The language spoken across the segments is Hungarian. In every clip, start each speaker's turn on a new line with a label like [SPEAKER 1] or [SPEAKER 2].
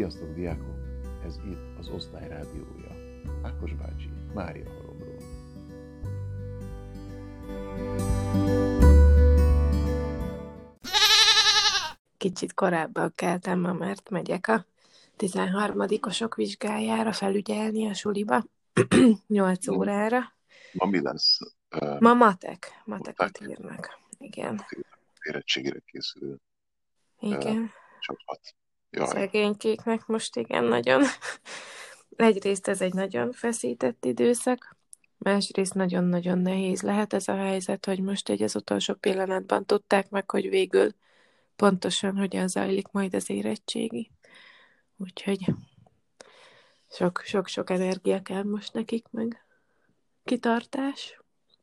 [SPEAKER 1] Sziasztok, diákok! Ez itt az Osztály rádiója. Ákos bácsi, Mária halomról.
[SPEAKER 2] Kicsit korábban keltem ma, mert megyek a 13-osok vizsgájára felügyelni a suliba 8 órára.
[SPEAKER 1] Ma mi lesz?
[SPEAKER 2] Ma matekot írnak. Igen.
[SPEAKER 1] Érettségére készülő
[SPEAKER 2] Igen.
[SPEAKER 1] csapat. Jaj.
[SPEAKER 2] Szegénykéknek most igen nagyon. Egyrészt ez egy nagyon feszített időszak, másrészt nagyon-nagyon nehéz lehet ez a helyzet, hogy most az utolsó pillanatban tudták meg, hogy végül pontosan hogyan zajlik majd az érettségi. Úgyhogy sok-sok energia kell most nekik, meg kitartás.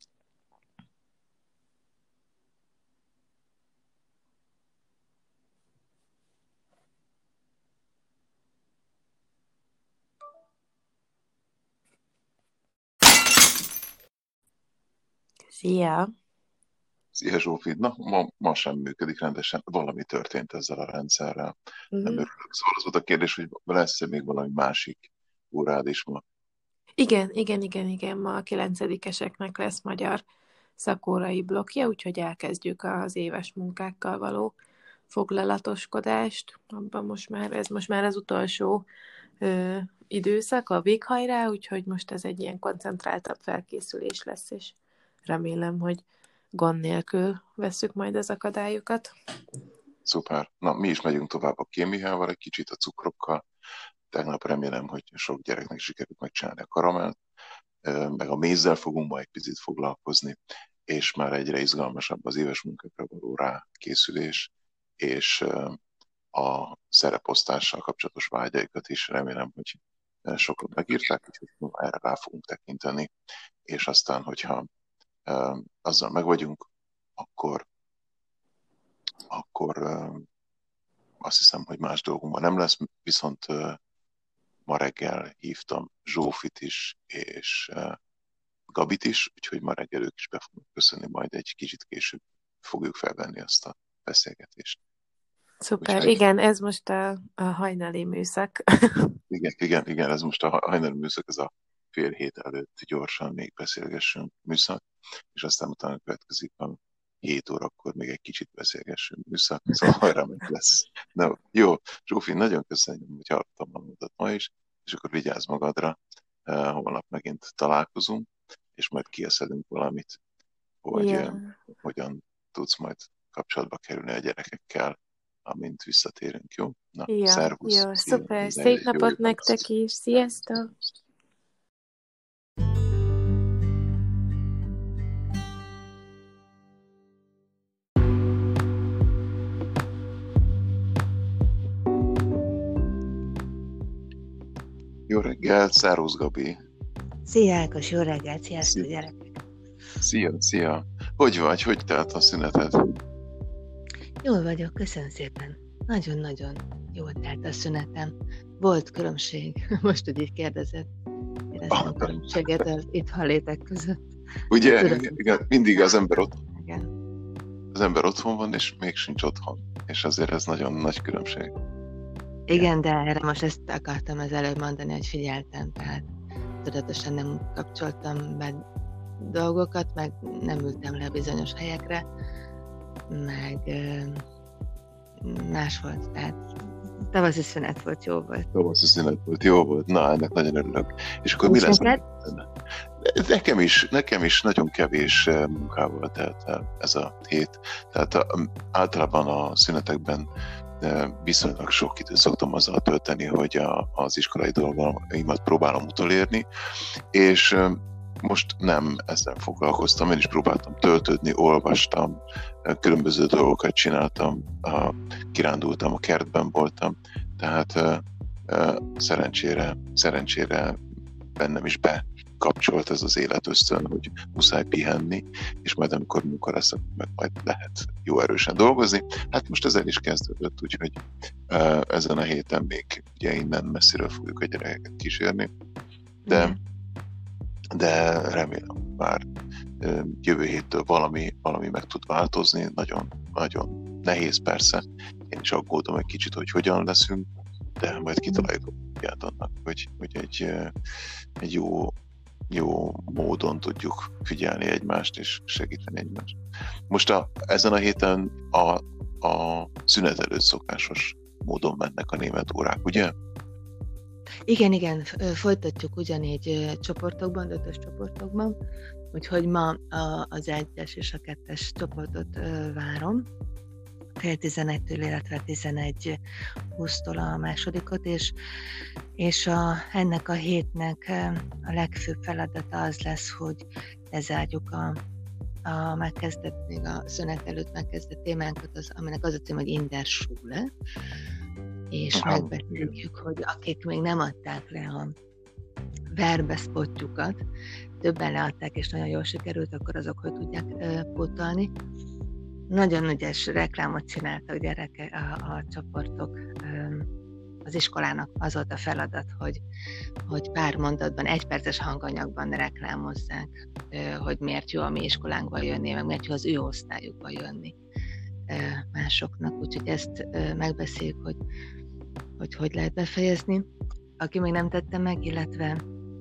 [SPEAKER 2] Szia!
[SPEAKER 1] Szia Zsófi! Na, ma sem működik rendesen. Valami történt ezzel a rendszerrel. Nem örülök. Szóval az volt a kérdés, hogy lesz-e még valami másik órád is ma?
[SPEAKER 2] Igen. Ma a 9-eseknek lesz magyar szakórai blokkja, úgyhogy elkezdjük az éves munkákkal való foglalatoskodást. Abban most már az utolsó időszak, a véghajrá, úgyhogy most ez egy ilyen koncentráltabb felkészülés lesz, és remélem, hogy gond nélkül vesszük majd az akadályokat.
[SPEAKER 1] Szuper. Na, mi is megyünk tovább a kémiával, egy kicsit a cukrokkal. Tegnap remélem, hogy sok gyereknek sikerült megcsinálni a karamelt, meg a mézzel fogunk majd egy picit foglalkozni, és már egyre izgalmasabb az éves munkákra való rákészülés, és a szereposztással kapcsolatos vágyaikat is remélem, hogy sokan megírták, úgyhogy erre rá fogunk tekinteni, és aztán, hogyha azzal meg vagyunk, akkor azt hiszem, hogy más dolgunkban nem lesz, viszont ma reggel hívtam Zsófit is, és Gabit is, úgyhogy ma reggel ők is be fognak köszönni, majd egy kicsit később fogjuk felvenni azt a beszélgetést.
[SPEAKER 2] Szuper,
[SPEAKER 1] úgyhogy...
[SPEAKER 2] igen, ez most a hajnali műszak.
[SPEAKER 1] igen, ez most a hajnali műszak, ez a fél hét előtt gyorsan még beszélgessünk műszak, és aztán utána következik a 7 órakor még egy kicsit beszélgessünk műszak, szóval hajrá meg lesz. Na, jó, Zsófi, nagyon köszönöm, hogy hallottam magunkat ma is, és akkor vigyázz magadra, holnap megint találkozunk, és majd kieszedünk valamit, hogy hogyan tudsz majd kapcsolatba kerülni a gyerekekkel, amint visszatérünk, jó? Na, szervusz!
[SPEAKER 2] Jó, szuper, szép napot nektek is, sziasztok!
[SPEAKER 1] Jó reggelt, szervusz Gabi!
[SPEAKER 3] Szia Ákos, jó reggelt, sziasztok gyerekek!
[SPEAKER 1] Szia! Hogy vagy? Hogy telt a szüneted?
[SPEAKER 3] Jól vagyok, köszönöm szépen. Nagyon-nagyon jól telt a szünetem. Volt különbség, most, hogy így kérdezed. Éreztem különbséget az itthon létek között.
[SPEAKER 1] Ugye, igen, mindig az ember
[SPEAKER 3] igen.
[SPEAKER 1] Az ember otthon van, és még sincs otthon. És azért ez nagyon nagy különbség.
[SPEAKER 3] Igen, de erre most ezt akartam az előbb mondani, hogy figyeltem, tehát tudatosan nem kapcsoltam be dolgokat, meg nem ültem le bizonyos helyekre, meg más volt, tehát tavaszi szünet volt, jó volt.
[SPEAKER 1] Tavaszi szünet volt, jó volt, na ennek nagyon örülök. És akkor mi lesz? Nekem is nagyon kevés munkával telt el ez a hét, tehát általában a szünetekben viszonylag sok időt szoktam azzal tölteni, hogy az iskolai dolgaimat próbálom utolérni, és most nem ezzel foglalkoztam, én is próbáltam töltődni, olvastam, különböző dolgokat csináltam, kirándultam, a kertben voltam, tehát szerencsére bennem is bekapcsolt ez az életösztön, hogy muszáj pihenni, és majd amikor munka lesz, meg majd lehet jó erősen dolgozni. Hát most ezzel is kezdődött, úgyhogy ezen a héten még ugye innen messziről fogjuk a gyerekeket kísérni, de remélem már jövő héttől valami meg tud változni, nagyon, nagyon nehéz persze, én is aggódom egy kicsit, hogy hogyan leszünk, de majd kitaláljuk annak, hogy egy jó módon tudjuk figyelni egymást és segíteni egymást. Most ezen a héten a szünet előtt szokásos módon mennek a német órák, ugye?
[SPEAKER 3] Igen, folytatjuk ugyanígy csoportokban, 5-ös csoportokban, úgyhogy ma az 1-es és a 2-es csoportot várom, fél 11-től, illetve 11:20-tól a másodikot, és ennek a hétnek a legfőbb feladata az lesz, hogy lezárjuk még a szünet előtt megkezdett témánkat, aminek az a cím, hogy In der Schule, és megbeszéljük, hogy akik még nem adták le a verbeszpotjukat, többen leadták, és nagyon jól sikerült, akkor azok hogy tudják pótolni. Nagyon ügyes reklámot csináltak gyerekek a csoportok. Az iskolának az volt a feladat, hogy pár mondatban, 1 perces hanganyagban reklámozzák, hogy miért jó a mi iskolánkba jönni, meg miért jó az ő osztályukba jönni másoknak. Úgyhogy ezt megbeszéljük, hogy lehet befejezni. Aki még nem tette meg, illetve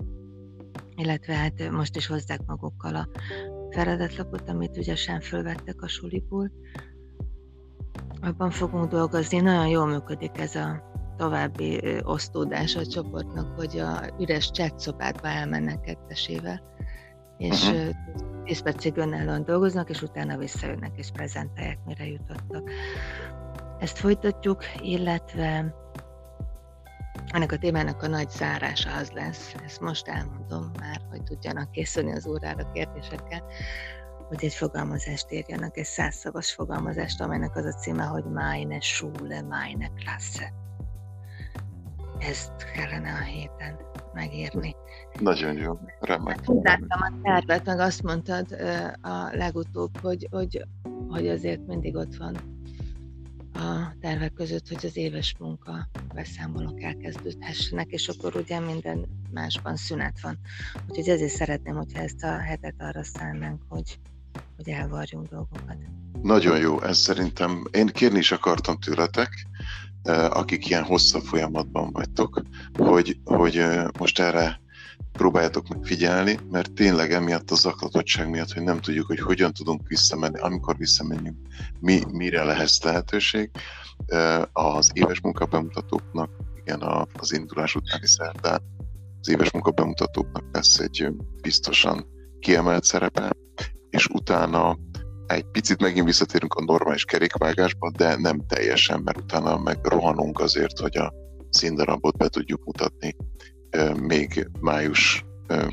[SPEAKER 3] hát most is hozzák magukkal a feladatlapot, amit ügyesen fölvettek a suliból. Abban fogunk dolgozni. Nagyon jól működik ez a további osztódás a csoportnak, hogy a üres chatszobádba elmennek kettesével, és 10 percig önállóan dolgoznak, és utána visszajönnek és prezentálják, mire jutottak. Ezt folytatjuk, illetve ennek a témának a nagy zárása az lesz, ezt most elmondom már, hogy tudjanak készülni az órára kérdésekkel, hogy egy fogalmazást írjanak, egy 100 szavas fogalmazást, amelynek az a címe, hogy Meine Schule, meine Klasse. Ezt kellene a héten megírni.
[SPEAKER 1] Nagyon jó, remek.
[SPEAKER 3] Láttam a tervet, meg azt mondtad a legutóbb, hogy azért mindig ott van a tervek között, hogy az éves munka beszámolók elkezdődhessenek, és akkor ugye minden másban szünet van. Úgyhogy ezért szeretném, hogyha ezt a hetet arra szánnánk, hogy elvarjunk dolgokat.
[SPEAKER 1] Nagyon jó, ez szerintem, én kérni is akartam tőletek, akik ilyen hosszabb folyamatban vagytok, hogy most erre próbáljátok meg figyelni, mert tényleg emiatt a zaklatottság miatt, hogy nem tudjuk, hogy hogyan tudunk visszamenni, amikor visszamenjünk, mire lesz lehetőség. Az éves munkabemutatóknak, igen, az indulás utáni szerdán, az éves munkabemutatóknak lesz egy biztosan kiemelt szerepe, és utána egy picit megint visszatérünk a normális kerékvágásba, de nem teljesen, mert utána meg rohanunk azért, hogy a színdarabot be tudjuk mutatni még május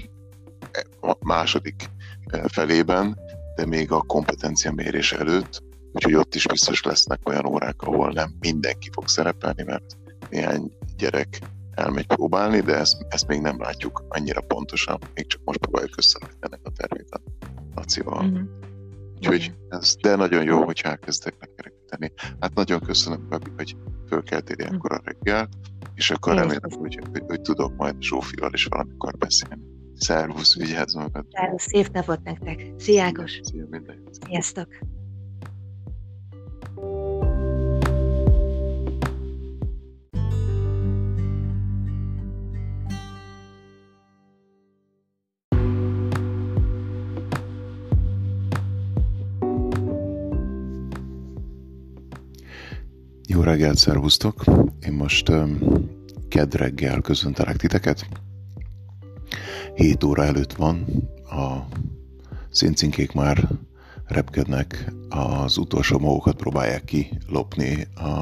[SPEAKER 1] második felében, de még a kompetenciamérés előtt, úgyhogy ott is biztos lesznek olyan órák, ahol nem mindenki fog szerepelni, mert néhány gyerek elmegy próbálni, de ezt még nem látjuk annyira pontosan, még csak most próbáljuk összerakni ennek a tervét a Lacival. Úgyhogy de nagyon jó, hogy elkezdtek megkerekíteni. Hát nagyon köszönöm, Gabi, hogy fölkeltél ilyenkor a reggel, és akkor remélem, hogy tudok majd Zsófival is valamikor beszélni. Szervusz, vigyázz magad!
[SPEAKER 3] Szervusz, szép napot nektek! Szia, Ákos!
[SPEAKER 1] Szia, mindenki!
[SPEAKER 3] Sziasztok!
[SPEAKER 1] Jó reggelt, szervusztok! Én most kedd reggel köszöntelek titeket. 7 óra előtt van, a széncinkék már repkednek, az utolsó magokat próbálják kilopni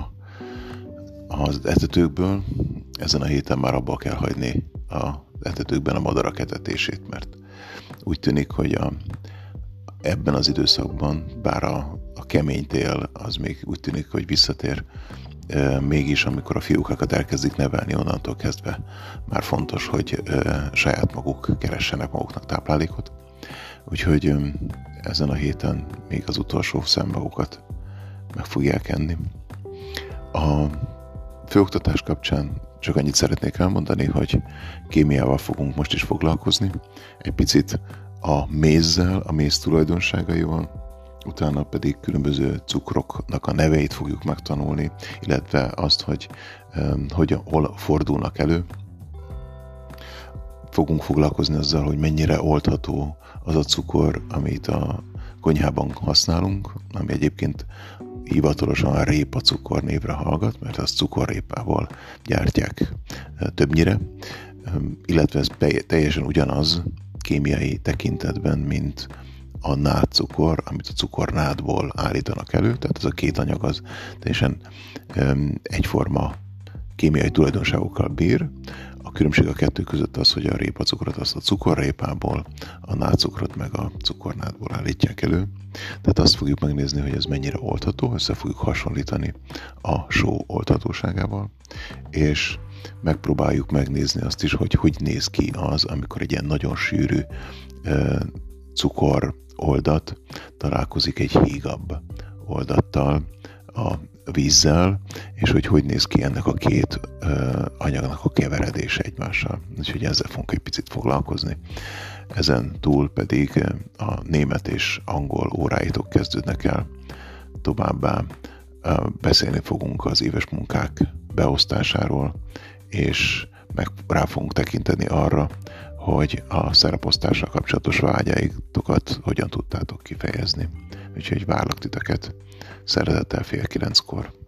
[SPEAKER 1] az etetőkből. Ezen a héten már abba kell hagyni az etetőkben a madarak etetését, mert úgy tűnik, hogy ebben az időszakban, bár a kemény tél az még úgy tűnik, hogy visszatér, mégis amikor a fiúkákat elkezdik nevelni, onnantól kezdve már fontos, hogy saját maguk keressenek maguknak táplálékot. Úgyhogy ezen a héten még az utolsó szemmagokat meg fogják enni. A főoktatás kapcsán csak annyit szeretnék elmondani, hogy kémiával fogunk most is foglalkozni. Egy picit a mézzel, a méz tulajdonságaival, utána pedig különböző cukroknak a neveit fogjuk megtanulni, illetve azt, hogy hol fordulnak elő. Fogunk foglalkozni azzal, hogy mennyire oldható az a cukor, amit a konyhában használunk, ami egyébként hivatalosan a répacukor névre hallgat, mert azt cukorrépával gyártják többnyire, illetve ez teljesen ugyanaz kémiai tekintetben, mint a nádcukor, amit a cukornádból állítanak elő, tehát ez a két anyag az teljesen egyforma kémiai tulajdonságokkal bír. A különbség a kettő között az, hogy a répacukrot azt a cukorrépából, a nádcukrot meg a cukornádból állítják elő. Tehát azt fogjuk megnézni, hogy ez mennyire oldható, össze fogjuk hasonlítani a só oldhatóságával, és megpróbáljuk megnézni azt is, hogy néz ki az, amikor egy ilyen nagyon sűrű cukor oldat találkozik egy hígabb oldattal, a vízzel, és hogy néz ki ennek a két anyagnak a keveredése egymással. Úgyhogy ezzel fogunk egy picit foglalkozni. Ezen túl pedig a német és angol óráitok kezdődnek el. Továbbá beszélni fogunk az éves munkák beosztásáról, és meg rá fogunk tekinteni arra, hogy a szereposztással kapcsolatos vágyaitokat hogyan tudtátok kifejezni. Úgyhogy várlak titeket szeretettel 8:30-kor.